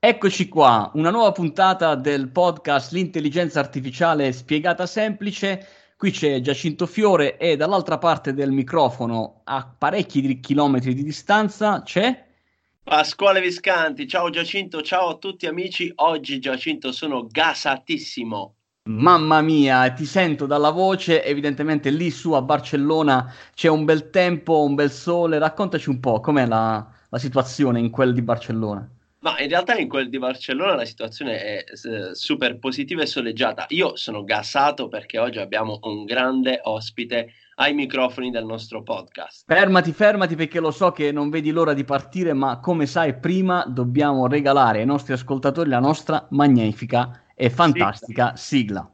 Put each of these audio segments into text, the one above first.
Eccoci qua, una nuova puntata del podcast L'intelligenza artificiale spiegata semplice. Qui c'è Giacinto Fiore e dall'altra parte del microfono, a parecchi chilometri di distanza, c'è... Pasquale Viscanti, ciao Giacinto, ciao a tutti amici. Oggi Giacinto sono gasatissimo. Mamma mia, ti sento dalla voce, evidentemente lì su a Barcellona c'è un bel tempo, un bel sole. Raccontaci un po' com'è la situazione in quel di Barcellona. Ma in realtà in quel di Barcellona la situazione è super positiva e soleggiata. Io sono gasato perché oggi abbiamo un grande ospite ai microfoni del nostro podcast. Fermati perché lo so che non vedi l'ora di partire, ma come sai, prima dobbiamo regalare ai nostri ascoltatori la nostra magnifica e Sì. fantastica sigla.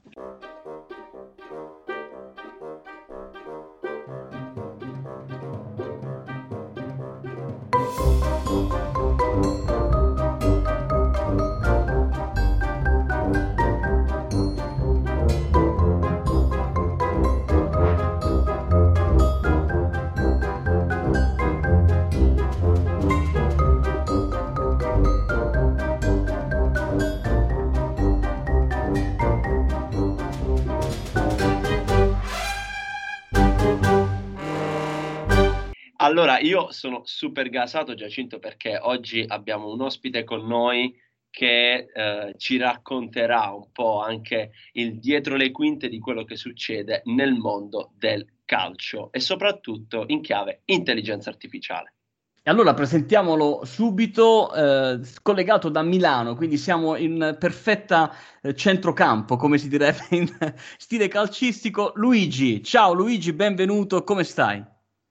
Allora, io sono super gasato, Giacinto, perché oggi abbiamo un ospite con noi che ci racconterà un po' anche il dietro le quinte di quello che succede nel mondo del calcio e soprattutto in chiave intelligenza artificiale. E allora presentiamolo subito, collegato da Milano, quindi siamo in perfetta centrocampo, come si direbbe in stile calcistico. Luigi, ciao Luigi, benvenuto, come stai?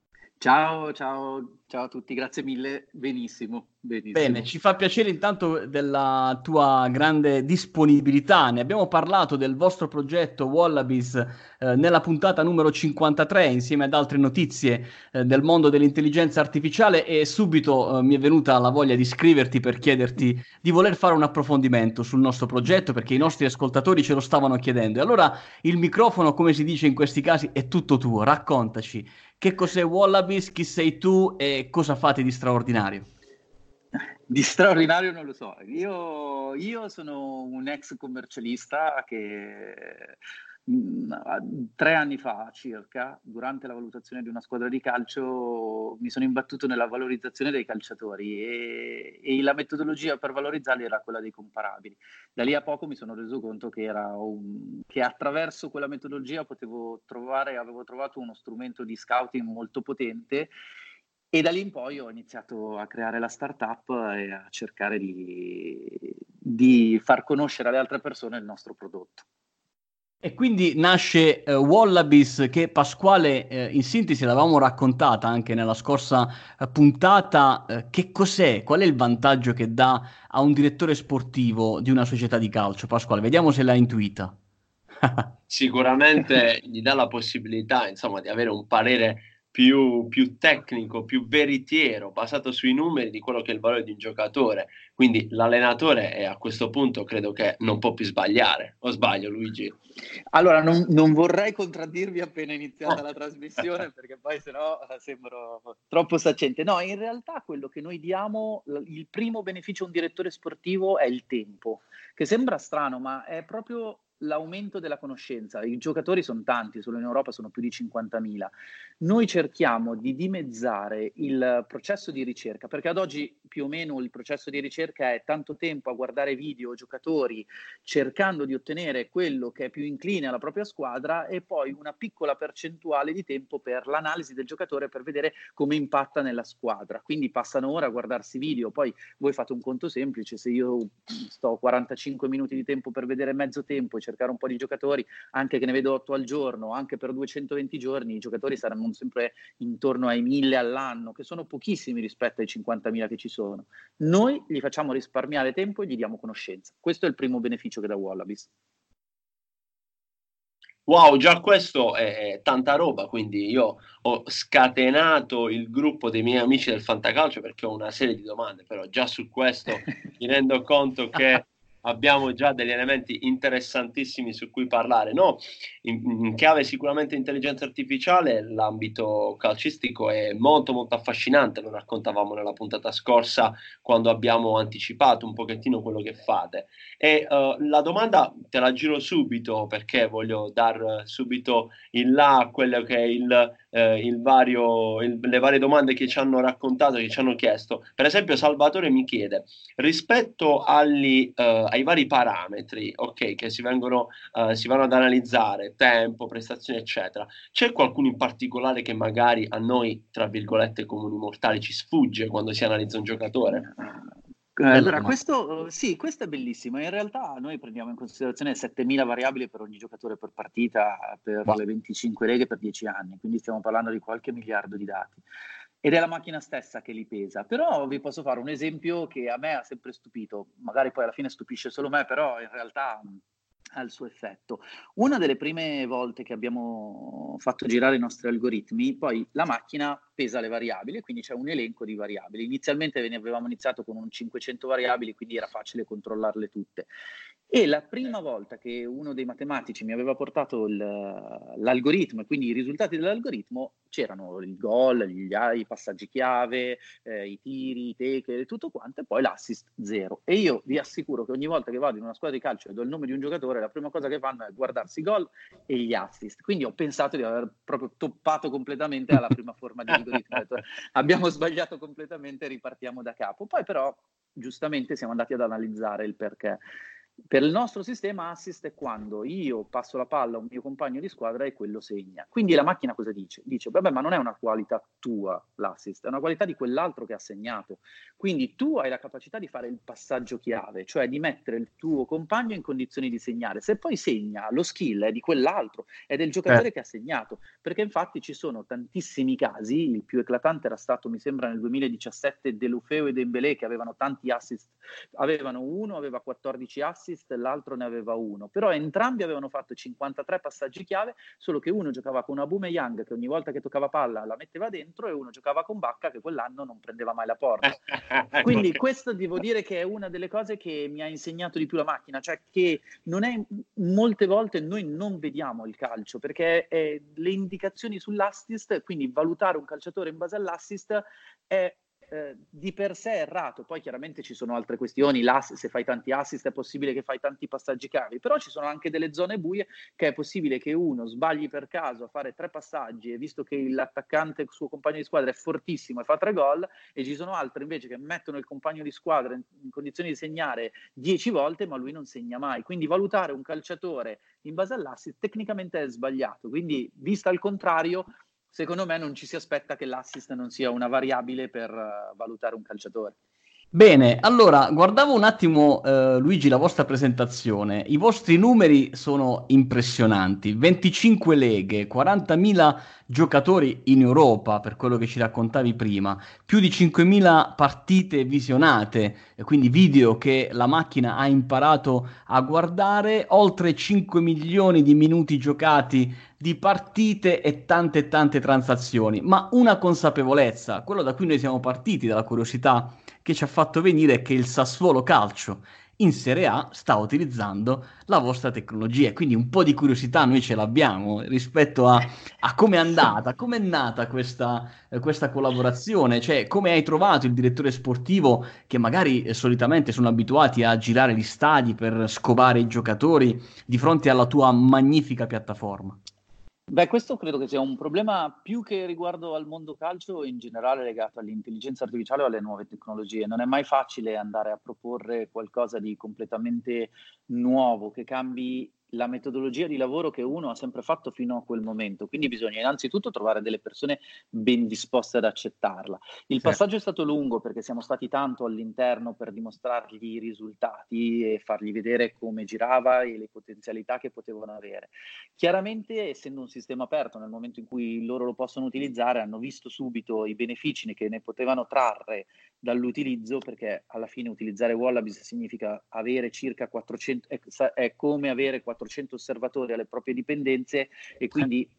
Ciao a tutti, grazie mille. Benissimo, Bene, benissimo. ci fa piacere intanto della tua grande disponibilità. Ne abbiamo parlato del vostro progetto Wallabies nella puntata numero 53 insieme ad altre notizie del mondo dell'intelligenza artificiale e subito mi è venuta la voglia di scriverti per chiederti di voler fare un approfondimento sul nostro progetto perché i nostri ascoltatori ce lo stavano chiedendo. E allora il microfono, come si dice in questi casi, è tutto tuo. Raccontaci che cos'è Wallabies, chi sei tu e cosa fate di straordinario. Di straordinario non lo so. Io sono un ex commercialista che 3 anni fa circa, durante la valutazione di una squadra di calcio, mi sono imbattuto nella valorizzazione dei calciatori e la metodologia per valorizzarli era quella dei comparabili. Da lì a poco mi sono reso conto che attraverso quella metodologia avevo trovato uno strumento di scouting molto potente. E da lì in poi ho iniziato a creare la startup e a cercare di far conoscere alle altre persone il nostro prodotto. E quindi nasce Wallabies che Pasquale in sintesi l'avevamo raccontata anche nella scorsa puntata. Che cos'è? Qual è il vantaggio che dà a un direttore sportivo di una società di calcio? Pasquale, vediamo se l'ha intuita. Sicuramente gli dà la possibilità, insomma, di avere un parere più tecnico, più veritiero, basato sui numeri di quello che è il valore di un giocatore. Quindi l'allenatore a questo punto credo che non può più sbagliare. O sbaglio, Luigi? Allora, non vorrei contraddirvi appena iniziata la trasmissione perché poi sennò sembro troppo saccente. No, in realtà quello che noi diamo, il primo beneficio a un direttore sportivo è il tempo, che sembra strano, ma è proprio l'aumento della conoscenza. I giocatori sono tanti, solo in Europa sono più di 50.000. Noi cerchiamo di dimezzare il processo di ricerca, perché ad oggi più o meno il processo di ricerca è tanto tempo a guardare video, giocatori, cercando di ottenere quello che è più incline alla propria squadra e poi una piccola percentuale di tempo per l'analisi del giocatore per vedere come impatta nella squadra. Quindi passano ore a guardarsi video, poi voi fate un conto semplice, se io sto 45 minuti di tempo per vedere mezzo tempo e cercare un po' di giocatori, anche che ne vedo 8 al giorno, anche per 220 giorni, i giocatori saranno sempre intorno ai 1.000 all'anno, che sono pochissimi rispetto ai 50.000 che ci sono. Noi gli facciamo risparmiare tempo e gli diamo conoscenza. Questo è il primo beneficio che dà Wallabies. Wow, già questo è tanta roba, quindi io ho scatenato il gruppo dei miei amici del Fantacalcio perché ho una serie di domande, però già su questo mi rendo conto che abbiamo già degli elementi interessantissimi su cui parlare, no? In chiave sicuramente intelligenza artificiale, l'ambito calcistico è molto molto affascinante, lo raccontavamo nella puntata scorsa quando abbiamo anticipato un pochettino quello che fate. E la domanda te la giro subito perché voglio dar subito il là a quello che è le varie domande che ci hanno raccontato, che ci hanno chiesto. Per esempio Salvatore mi chiede, rispetto ai vari parametri, ok, che si vanno ad analizzare, tempo, prestazioni, eccetera, c'è qualcuno in particolare che magari a noi, tra virgolette, comuni mortali ci sfugge quando si analizza un giocatore? Allora, questo è bellissimo. In realtà noi prendiamo in considerazione 7.000 variabili per ogni giocatore per partita per le 25 leghe per 10 anni, quindi stiamo parlando di qualche miliardo di dati. Ed è la macchina stessa che li pesa. Però vi posso fare un esempio che a me ha sempre stupito, magari poi alla fine stupisce solo me, però in realtà ha il suo effetto. Una delle prime volte che abbiamo fatto girare i nostri algoritmi, poi la macchina pesa le variabili, quindi c'è un elenco di variabili. Inizialmente avevamo iniziato con un 500 variabili, quindi era facile controllarle tutte. E la prima volta che uno dei matematici mi aveva portato l'algoritmo e quindi i risultati dell'algoritmo, c'erano il gol, i passaggi chiave, i tiri, i take, tutto quanto, e poi l'assist 0. E io vi assicuro che ogni volta che vado in una squadra di calcio e do il nome di un giocatore, la prima cosa che fanno è guardarsi i gol e gli assist. Quindi ho pensato di aver proprio toppato completamente alla prima forma di algoritmo. Ho detto, abbiamo sbagliato completamente, ripartiamo da capo. Poi però, giustamente, siamo andati ad analizzare il perché. Per il nostro sistema assist è quando io passo la palla a un mio compagno di squadra e quello segna. Quindi la macchina cosa dice? Dice, vabbè, ma non è una qualità tua l'assist, è una qualità di quell'altro che ha segnato. Quindi tu hai la capacità di fare il passaggio chiave, cioè di mettere il tuo compagno in condizioni di segnare. Se poi segna, lo skill è di quell'altro, è del giocatore che ha segnato. Perché infatti ci sono tantissimi casi, il più eclatante era stato, mi sembra, nel 2017 Deulofeu e Dembélé, che avevano tanti assist. Uno aveva 14 assist, l'altro ne aveva uno, però entrambi avevano fatto 53 passaggi chiave, solo che uno giocava con Aubameyang che ogni volta che toccava palla la metteva dentro e uno giocava con Bacca che quell'anno non prendeva mai la porta. Quindi questo devo dire che è una delle cose che mi ha insegnato di più la macchina, cioè che non è, molte volte noi non vediamo il calcio perché le indicazioni sull'assist, quindi valutare un calciatore in base all'assist è di per sé errato. Poi chiaramente ci sono altre questioni, se fai tanti assist è possibile che fai tanti passaggi chiavi, però ci sono anche delle zone buie che è possibile che uno sbagli per caso a fare 3 passaggi e visto che l'attaccante, il suo compagno di squadra è fortissimo e fa 3 gol, e ci sono altri invece che mettono il compagno di squadra in condizioni di segnare 10 volte ma lui non segna mai. Quindi valutare un calciatore in base all'assist tecnicamente è sbagliato, quindi vista al contrario, secondo me non ci si aspetta che l'assist non sia una variabile per valutare un calciatore. Bene, allora guardavo un attimo, Luigi, la vostra presentazione. I vostri numeri sono impressionanti: 25 leghe, 40.000 giocatori in Europa, per quello che ci raccontavi prima, più di 5.000 partite visionate, e quindi video che la macchina ha imparato a guardare, oltre 5 milioni di minuti giocati di partite e tante transazioni, ma una consapevolezza, quello da cui noi siamo partiti, dalla curiosità che ci ha fatto venire, è che il Sassuolo Calcio in Serie A sta utilizzando la vostra tecnologia, quindi un po' di curiosità noi ce l'abbiamo rispetto a come è andata, come è nata questa collaborazione, cioè come hai trovato il direttore sportivo che magari solitamente sono abituati a girare gli stadi per scovare i giocatori di fronte alla tua magnifica piattaforma. Beh, questo credo che sia un problema più che riguardo al mondo calcio, in generale legato all'intelligenza artificiale o alle nuove tecnologie. Non è mai facile andare a proporre qualcosa di completamente nuovo, che cambi la metodologia di lavoro che uno ha sempre fatto fino a quel momento. Quindi bisogna innanzitutto trovare delle persone ben disposte ad accettarla. Il passaggio è stato lungo perché siamo stati tanto all'interno per dimostrargli i risultati e fargli vedere come girava e le potenzialità che potevano avere. Chiaramente, essendo un sistema aperto, nel momento in cui loro lo possono utilizzare, hanno visto subito i benefici che ne potevano trarre dall'utilizzo, perché alla fine utilizzare Wallabies significa avere circa 400, è come avere 400 osservatori alle proprie dipendenze, e quindi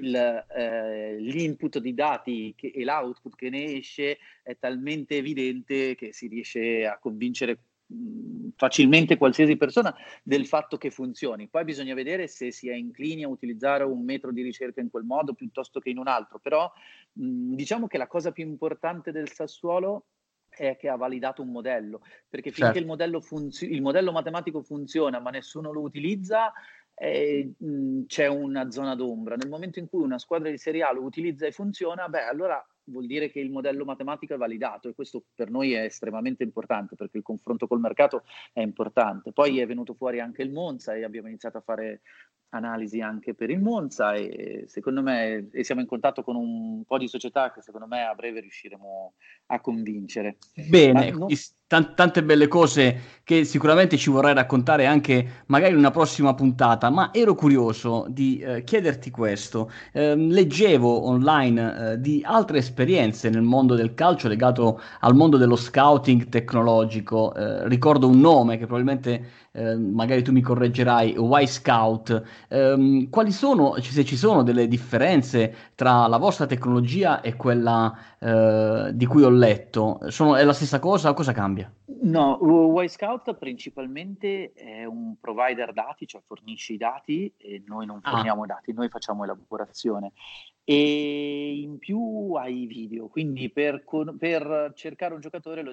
l'input di dati e l'output che ne esce è talmente evidente che si riesce a convincere facilmente qualsiasi persona del fatto che funzioni. Poi bisogna vedere se si è inclini a utilizzare un metro di ricerca in quel modo piuttosto che in un altro, però diciamo che la cosa più importante del Sassuolo è che ha validato un modello, perché finché il modello matematico funziona ma nessuno lo utilizza, c'è una zona d'ombra. Nel momento in cui una squadra di Serie A lo utilizza e funziona, allora vuol dire che il modello matematico è validato, e questo per noi è estremamente importante, perché il confronto col mercato è importante. Poi è venuto fuori anche il Monza e abbiamo iniziato a fare analisi anche per il Monza, e secondo me siamo in contatto con un po' di società che secondo me a breve riusciremo a convincere. Bene, tante belle cose che sicuramente ci vorrai raccontare anche magari in una prossima puntata, ma ero curioso di chiederti questo. Leggevo online di altre esperienze nel mondo del calcio legato al mondo dello scouting tecnologico. Ricordo un nome che probabilmente magari tu mi correggerai, Y-Scout. Quali sono, se ci sono delle differenze tra la vostra tecnologia e quella di cui ho letto? È la stessa cosa o cosa cambia? No, Wisecout principalmente è un provider dati, cioè fornisce i dati e noi non forniamo dati, noi facciamo elaborazione. E in più hai video, quindi per cercare un giocatore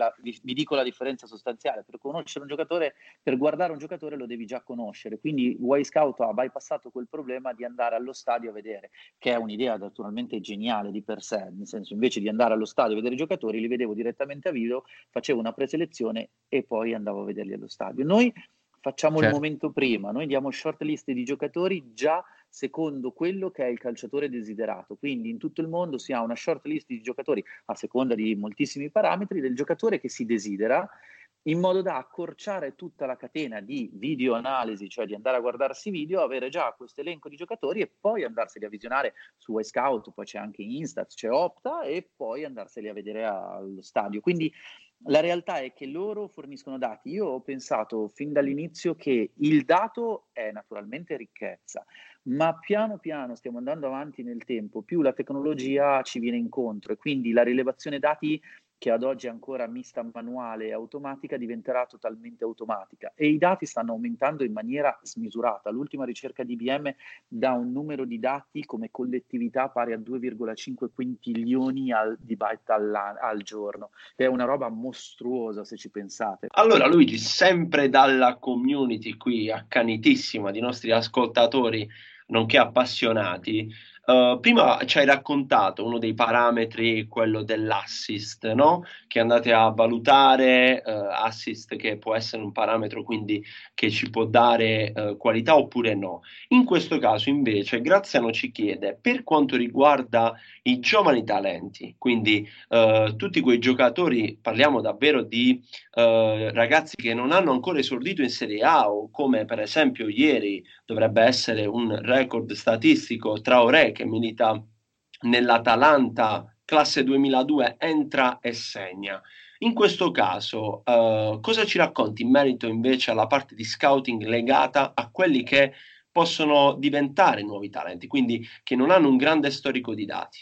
vi dico la differenza sostanziale: per conoscere un giocatore, per guardare un giocatore lo devi già conoscere, quindi Wisecout ha bypassato quel problema di andare allo stadio a vedere, che è un'idea naturalmente geniale di per sé, nel senso, invece di andare allo stadio a vedere i giocatori, li vedevo direttamente a video, facevo una preselezione e poi andavo a vederli allo stadio. Noi facciamo il momento prima, noi diamo short list di giocatori già secondo quello che è il calciatore desiderato, quindi in tutto il mondo si ha una short list di giocatori a seconda di moltissimi parametri del giocatore che si desidera, in modo da accorciare tutta la catena di video analisi, cioè di andare a guardarsi video, avere già questo elenco di giocatori e poi andarseli a visionare su Wisecout, poi c'è anche Instat, c'è Opta, e poi andarseli a vedere allo stadio. Quindi la realtà è che loro forniscono dati. Io ho pensato fin dall'inizio che il dato è naturalmente ricchezza, ma piano piano stiamo andando avanti nel tempo, più la tecnologia ci viene incontro, e quindi la rilevazione dati, che ad oggi è ancora mista manuale e automatica, diventerà totalmente automatica, e i dati stanno aumentando in maniera smisurata. L'ultima ricerca di IBM dà un numero di dati come collettività pari a 2,5 quintilioni di byte al giorno. È una roba mostruosa, se ci pensate. Allora Luigi, sempre dalla community qui accanitissima di nostri ascoltatori nonché appassionati, prima ci hai raccontato uno dei parametri, quello dell'assist, no? Che andate a valutare, assist che può essere un parametro quindi che ci può dare qualità oppure no. In questo caso invece Graziano ci chiede, per quanto riguarda i giovani talenti, quindi tutti quei giocatori, parliamo davvero di ragazzi che non hanno ancora esordito in Serie A, o come per esempio ieri dovrebbe essere un record statistico, Traoré, che milita nell'Atalanta, classe 2002, entra e segna. In questo caso, cosa ci racconti in merito invece alla parte di scouting legata a quelli che possono diventare nuovi talenti, quindi che non hanno un grande storico di dati?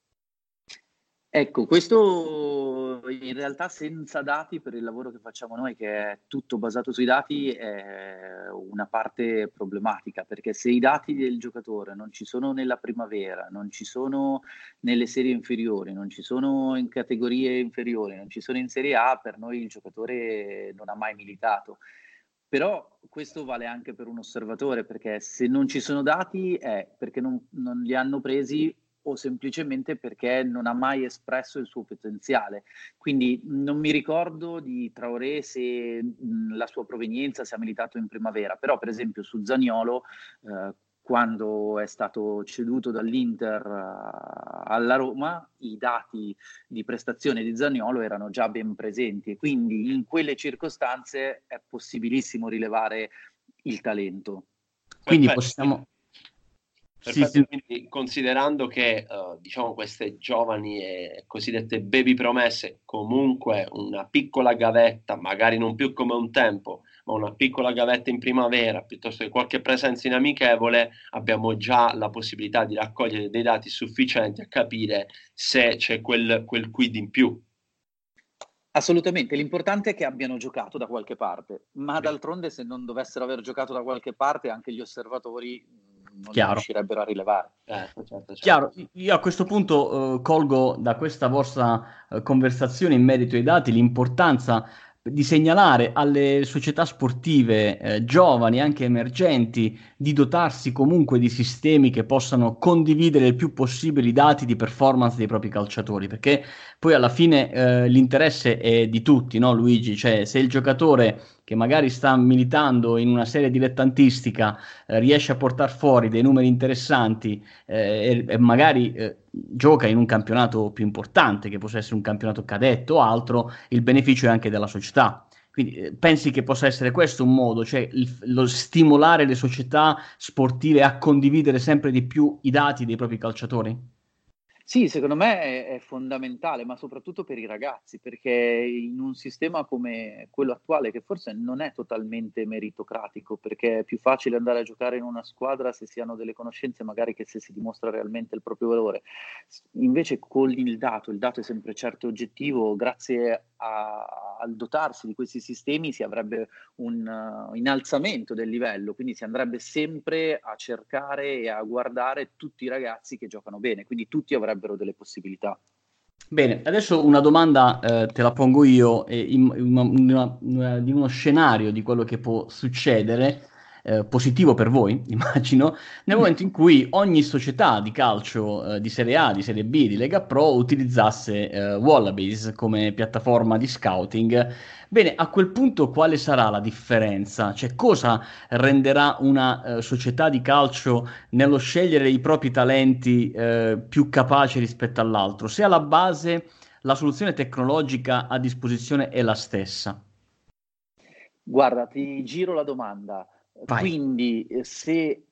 Ecco, questo in realtà senza dati, per il lavoro che facciamo noi, che è tutto basato sui dati, è una parte problematica, perché se i dati del giocatore non ci sono nella primavera, non ci sono nelle serie inferiori, non ci sono in categorie inferiori, non ci sono in Serie A, per noi il giocatore non ha mai militato. Però questo vale anche per un osservatore, perché se non ci sono dati è perché non li hanno presi, o semplicemente perché non ha mai espresso il suo potenziale. Quindi non mi ricordo di Traoré se la sua provenienza, se ha militato in primavera, però per esempio su Zaniolo, quando è stato ceduto dall'Inter alla Roma, i dati di prestazione di Zaniolo erano già ben presenti, e quindi in quelle circostanze è possibilissimo rilevare il talento. Quindi Perfetto. possiamo... Perfetto, Sì. quindi considerando che diciamo queste giovani e cosiddette baby promesse, comunque una piccola gavetta, magari non più come un tempo, ma una piccola gavetta in primavera, piuttosto che qualche presenza in amichevole, abbiamo già la possibilità di raccogliere dei dati sufficienti a capire se c'è quel quid in più. Assolutamente, l'importante è che abbiano giocato da qualche parte, ma d'altronde se non dovessero aver giocato da qualche parte, anche gli osservatori non li Chiaro. riuscirebbero a rilevare. Certo. Chiaro, io a questo punto colgo da questa vostra conversazione in merito ai dati l'importanza di segnalare alle società sportive giovani, anche emergenti, di dotarsi comunque di sistemi che possano condividere il più possibile i dati di performance dei propri calciatori, perché poi alla fine l'interesse è di tutti, no Luigi? Cioè, se il giocatore che magari sta militando in una serie dilettantistica riesce a portare fuori dei numeri interessanti e magari gioca in un campionato più importante, che possa essere un campionato cadetto o altro, il beneficio è anche della società. Quindi pensi che possa essere questo un modo, cioè lo stimolare le società sportive a condividere sempre di più i dati dei propri calciatori? Sì, secondo me è fondamentale, ma soprattutto per i ragazzi, perché in un sistema come quello attuale, che forse non è totalmente meritocratico, perché è più facile andare a giocare in una squadra se si hanno delle conoscenze, magari che se si dimostra realmente il proprio valore. Invece con il dato è sempre certo e oggettivo, grazie al dotarsi di questi sistemi si avrebbe un innalzamento del livello, quindi si andrebbe sempre a cercare e a guardare tutti i ragazzi che giocano bene, quindi tutti avrebbero delle possibilità. Bene, adesso una domanda te la pongo io di uno scenario di quello che può succedere, positivo per voi, immagino, nel momento in cui ogni società di calcio di Serie A, di Serie B, di Lega Pro utilizzasse Wallabies come piattaforma di scouting. Bene, a quel punto quale sarà la differenza? Cioè, cosa renderà una società di calcio nello scegliere i propri talenti più capaci rispetto all'altro, se alla base la soluzione tecnologica a disposizione è la stessa? Guarda, ti giro la domanda. Vai. Quindi, se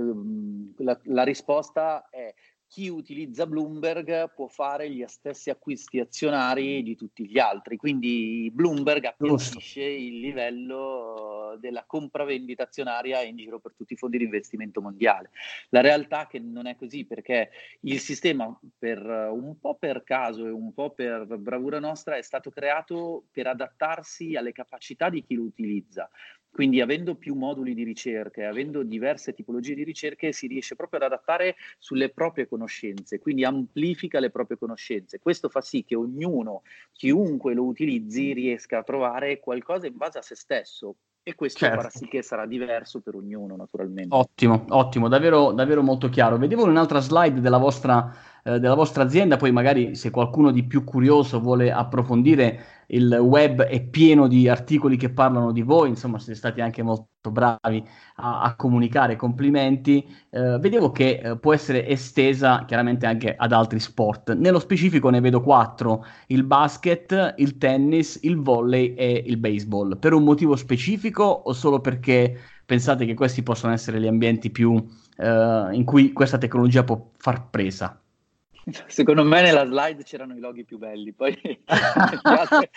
la risposta è chi utilizza Bloomberg può fare gli stessi acquisti azionari di tutti gli altri, quindi Bloomberg Giusto. appiattisce il livello della compravendita azionaria in giro per tutti i fondi di investimento mondiale. La realtà è che non è così, perché il sistema, un po' per caso e un po' per bravura nostra, è stato creato per adattarsi alle capacità di chi lo utilizza. Quindi avendo più moduli di ricerca e avendo diverse tipologie di ricerche si riesce proprio ad adattare sulle proprie conoscenze, quindi amplifica le proprie conoscenze. Questo fa sì che ognuno, chiunque lo utilizzi, riesca a trovare qualcosa in base a se stesso e questo farà Certo. sì che sarà diverso per ognuno, naturalmente. Ottimo, ottimo, davvero, davvero molto chiaro. Vedevo un'altra slide della vostra azienda, poi magari se qualcuno di più curioso vuole approfondire, il web è pieno di articoli che parlano di voi, insomma siete stati anche molto bravi a comunicare, complimenti. Vedevo che può essere estesa chiaramente anche ad altri sport. Nello specifico ne vedo quattro: il basket, il tennis, il volley e il baseball. Per un motivo specifico o solo perché pensate che questi possono essere gli ambienti più in cui questa tecnologia può far presa? Secondo me nella slide c'erano i loghi più belli, poi gli altri,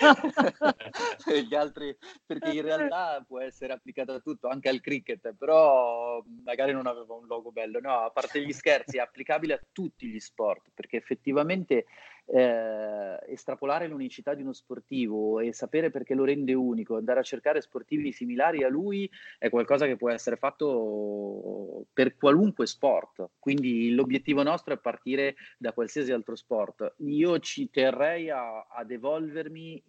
gli altri, perché in realtà può essere applicato a tutto, anche al cricket, però magari non aveva un logo bello. No, a parte gli scherzi, è applicabile a tutti gli sport, perché effettivamente estrapolare l'unicità di uno sportivo e sapere perché lo rende unico, andare a cercare sportivi similari a lui è qualcosa che può essere fatto per qualunque sport. Quindi l'obiettivo nostro è partire da qualsiasi altro sport. Io ci terrei ad evolvermi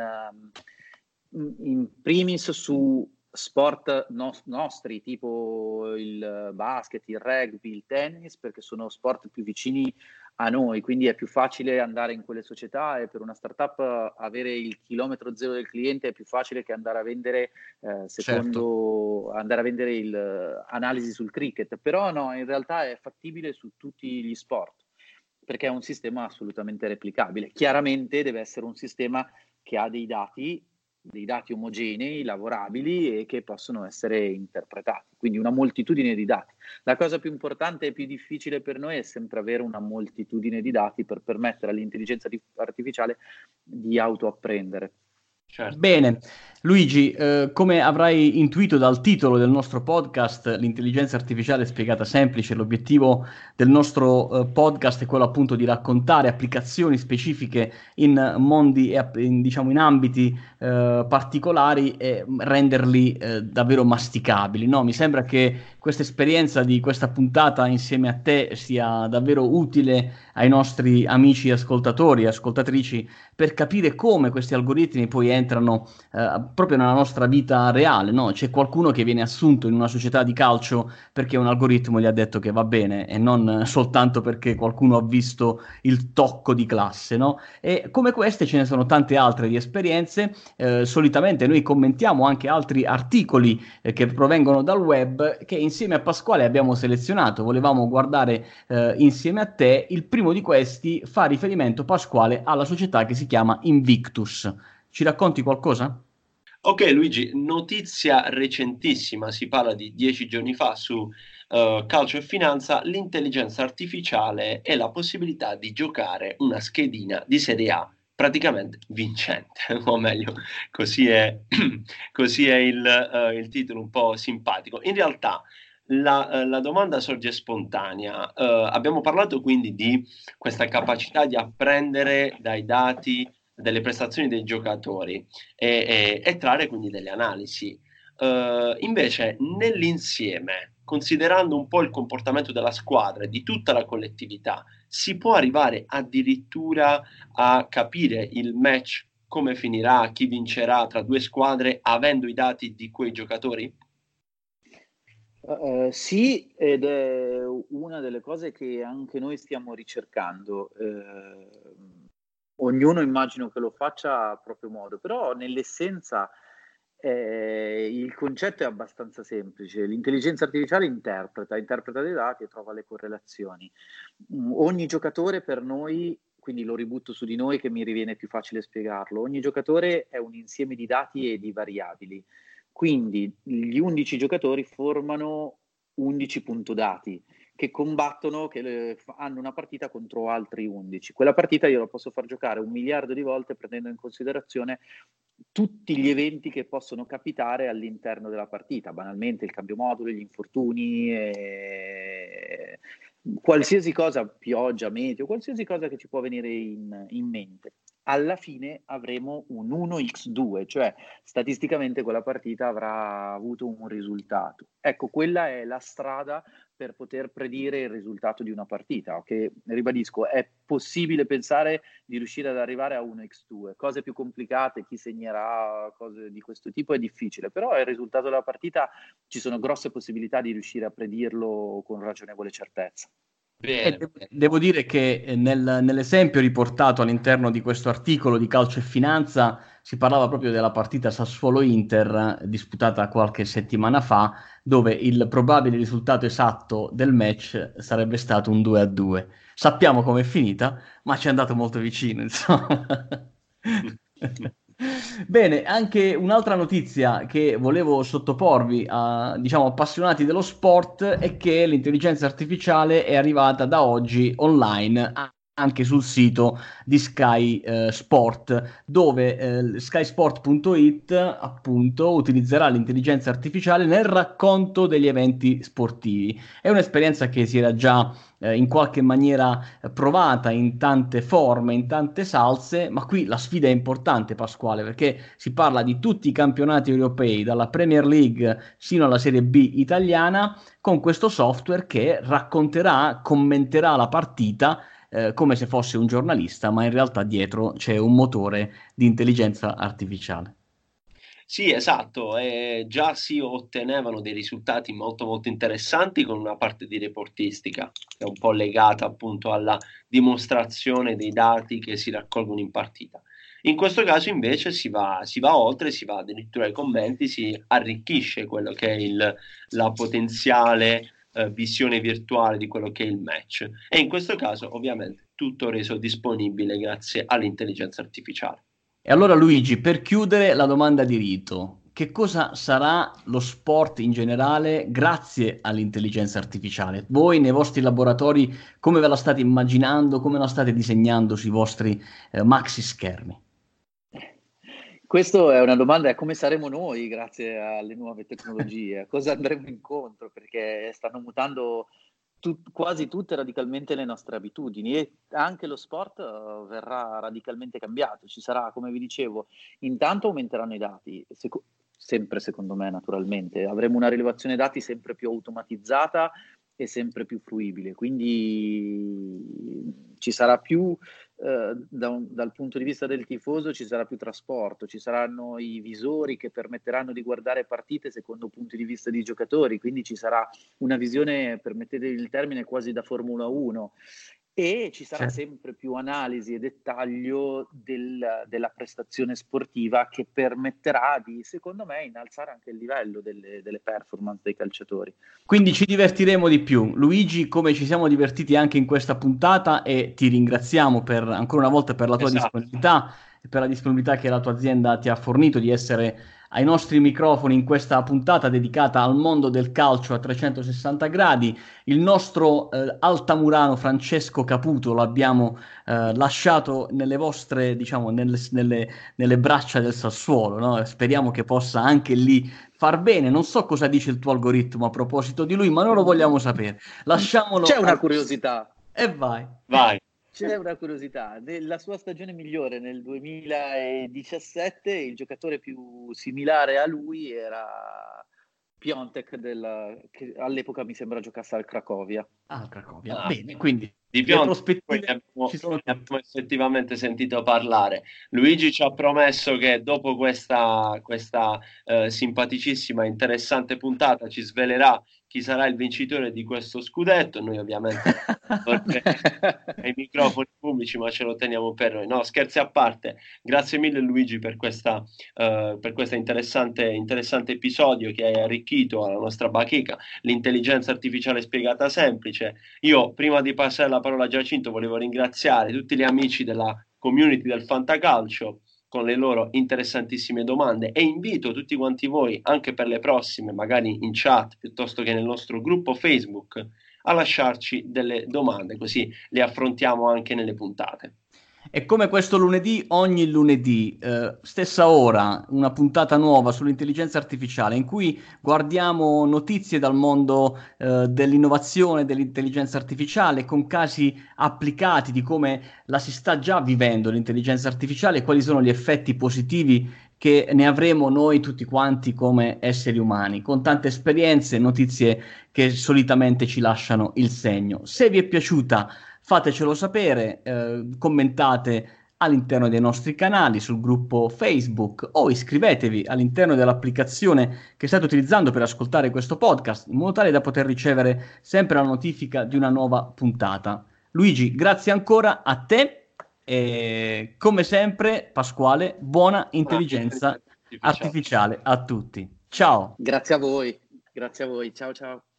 in primis su sport nostri, tipo il basket, il rugby, il tennis, perché sono sport più vicini a noi, quindi è più facile andare in quelle società e per una startup avere il chilometro zero del cliente è più facile che andare a vendere Certo. andare a vendere analisi sul cricket, però no, in realtà è fattibile su tutti gli sport perché è un sistema assolutamente replicabile. Chiaramente deve essere un sistema che ha dei dati omogenei, lavorabili e che possono essere interpretati, quindi una moltitudine di dati. La cosa più importante e più difficile per noi è sempre avere una moltitudine di dati per permettere all'intelligenza artificiale di autoapprendere. Certo. Bene, Luigi, come avrai intuito dal titolo del nostro podcast, l'intelligenza artificiale spiegata semplice, l'obiettivo del nostro podcast è quello appunto di raccontare applicazioni specifiche in mondi e diciamo in ambiti particolari e renderli davvero masticabili, no? Mi sembra che questa esperienza di questa puntata insieme a te sia davvero utile ai nostri amici ascoltatori e ascoltatrici per capire come questi algoritmi poi entrano proprio nella nostra vita reale, no? C'è qualcuno che viene assunto in una società di calcio perché un algoritmo gli ha detto che va bene e non soltanto perché qualcuno ha visto il tocco di classe, no? E come queste ce ne sono tante altre di esperienze. Solitamente noi commentiamo anche altri articoli che provengono dal web che insieme a Pasquale abbiamo selezionato. Volevamo guardare insieme a te. Il primo di questi fa riferimento, Pasquale, alla società che si chiama Invictus. Ci racconti qualcosa? Ok Luigi, notizia recentissima, si parla di 10 giorni fa su Calcio e Finanza, l'intelligenza artificiale e la possibilità di giocare una schedina di Serie A praticamente vincente, o meglio, così è, così è il titolo un po' simpatico. In realtà la domanda sorge spontanea. Abbiamo parlato quindi di questa capacità di apprendere dai dati delle prestazioni dei giocatori e trarre quindi delle analisi. Invece, nell'insieme, considerando un po' il comportamento della squadra e di tutta la collettività, si può arrivare addirittura a capire il match, come finirà, chi vincerà tra due squadre, avendo i dati di quei giocatori? Sì, ed è una delle cose che anche noi stiamo ricercando. Ognuno immagino che lo faccia a proprio modo, però nell'essenza il concetto è abbastanza semplice. L'intelligenza artificiale interpreta dei dati e trova le correlazioni. Ogni giocatore per noi, quindi lo ributto su di noi che mi riviene più facile spiegarlo, ogni giocatore è un insieme di dati e di variabili. Quindi gli 11 giocatori formano 11 puntodati che combattono, hanno una partita contro altri 11. Quella partita io la posso far giocare 1 miliardo di volte prendendo in considerazione tutti gli eventi che possono capitare all'interno della partita, banalmente il cambio moduli, gli infortuni, qualsiasi cosa, pioggia, meteo, qualsiasi cosa che ci può venire in mente. Alla fine avremo un 1x2, cioè statisticamente quella partita avrà avuto un risultato. Ecco, quella è la strada per poter predire il risultato di una partita, che ribadisco, è possibile pensare di riuscire ad arrivare a 1x2, cose più complicate, chi segnerà, cose di questo tipo è difficile, però il risultato della partita ci sono grosse possibilità di riuscire a predirlo con ragionevole certezza. Bene. Devo dire che nell'esempio riportato all'interno di questo articolo di Calcio e Finanza si parlava proprio della partita Sassuolo-Inter disputata qualche settimana fa, dove il probabile risultato esatto del match sarebbe stato un 2-2. Sappiamo com'è finita, ma ci è andato molto vicino, insomma. Bene, anche un'altra notizia che volevo sottoporvi a, diciamo, appassionati dello sport è che l'intelligenza artificiale è arrivata da oggi online anche sul sito di Sky Sport, dove skysport.it appunto utilizzerà l'intelligenza artificiale nel racconto degli eventi sportivi. È un'esperienza che si era già in qualche maniera provata in tante forme, in tante salse, ma qui la sfida è importante, Pasquale, perché si parla di tutti i campionati europei, dalla Premier League sino alla Serie B italiana, con questo software che racconterà, commenterà la partita come se fosse un giornalista, ma in realtà dietro c'è un motore di intelligenza artificiale. Sì, esatto, già si ottenevano dei risultati molto molto interessanti con una parte di reportistica che è un po' legata appunto alla dimostrazione dei dati che si raccolgono in partita. In questo caso invece si va oltre, si va addirittura ai commenti, si arricchisce quello che è la potenziale visione virtuale di quello che è il match e in questo caso ovviamente tutto reso disponibile grazie all'intelligenza artificiale. E allora Luigi, per chiudere la domanda di rito, che cosa sarà lo sport in generale grazie all'intelligenza artificiale? Voi nei vostri laboratori come ve la state immaginando, come la state disegnando sui vostri maxi schermi? Questa è una domanda, è come saremo noi grazie alle nuove tecnologie, a cosa andremo incontro, perché stanno mutando quasi tutte radicalmente le nostre abitudini e anche lo sport verrà radicalmente cambiato. Ci sarà, come vi dicevo, intanto aumenteranno i dati, sempre secondo me naturalmente, avremo una rilevazione dati sempre più automatizzata e sempre più fruibile, quindi ci sarà più, dal punto di vista del tifoso, ci sarà più trasporto, ci saranno i visori che permetteranno di guardare partite secondo punti di vista di giocatori, quindi ci sarà una visione, permettetevi il termine, quasi da Formula 1. E ci sarà sempre più analisi e dettaglio della prestazione sportiva, che permetterà di, secondo me, innalzare anche il livello delle performance dei calciatori. Quindi ci divertiremo di più. Luigi, come ci siamo divertiti anche in questa puntata, e ti ringraziamo ancora una volta per la tua disponibilità e per la disponibilità che la tua azienda ti ha fornito di essere ai nostri microfoni in questa puntata dedicata al mondo del calcio a 360 gradi. Il nostro altamurano Francesco Caputo l'abbiamo lasciato nelle vostre, diciamo, nelle braccia del Sassuolo, no? Speriamo che possa anche lì far bene. Non so cosa dice il tuo algoritmo a proposito di lui, ma non lo vogliamo sapere. Lasciamolo. C'è una curiosità. E vai. C'è una curiosità. Nella sua stagione migliore, nel 2017, il giocatore più similare a lui era Piontek, che all'epoca mi sembra giocasse al Cracovia. Cracovia. Bene, quindi di Piontek abbiamo effettivamente sentito parlare. Luigi ci ha promesso che dopo questa simpaticissima e interessante puntata ci svelerà chi sarà il vincitore di questo scudetto. Noi ovviamente ai microfoni pubblici, ma ce lo teniamo per noi. No, scherzi a parte, grazie mille Luigi per questo interessante episodio che hai arricchito alla nostra bacheca, l'intelligenza artificiale spiegata semplice. Io, prima di passare la parola a Giacinto, volevo ringraziare tutti gli amici della community del Fantacalcio con le loro interessantissime domande, e invito tutti quanti voi, anche per le prossime, magari in chat piuttosto che nel nostro gruppo Facebook, a lasciarci delle domande, così le affrontiamo anche nelle puntate. E come questo lunedì, ogni lunedì, stessa ora, una puntata nuova sull'intelligenza artificiale in cui guardiamo notizie dal mondo dell'innovazione, dell'intelligenza artificiale, con casi applicati di come la si sta già vivendo l'intelligenza artificiale e quali sono gli effetti positivi che ne avremo noi tutti quanti come esseri umani, con tante esperienze e notizie che solitamente ci lasciano il segno. Se vi è piaciuta, fatecelo sapere, commentate all'interno dei nostri canali, sul gruppo Facebook, o iscrivetevi all'interno dell'applicazione che state utilizzando per ascoltare questo podcast, in modo tale da poter ricevere sempre la notifica di una nuova puntata. Luigi, grazie ancora a te e, come sempre, Pasquale, buona intelligenza artificiale a tutti. Ciao. Grazie a voi, ciao ciao.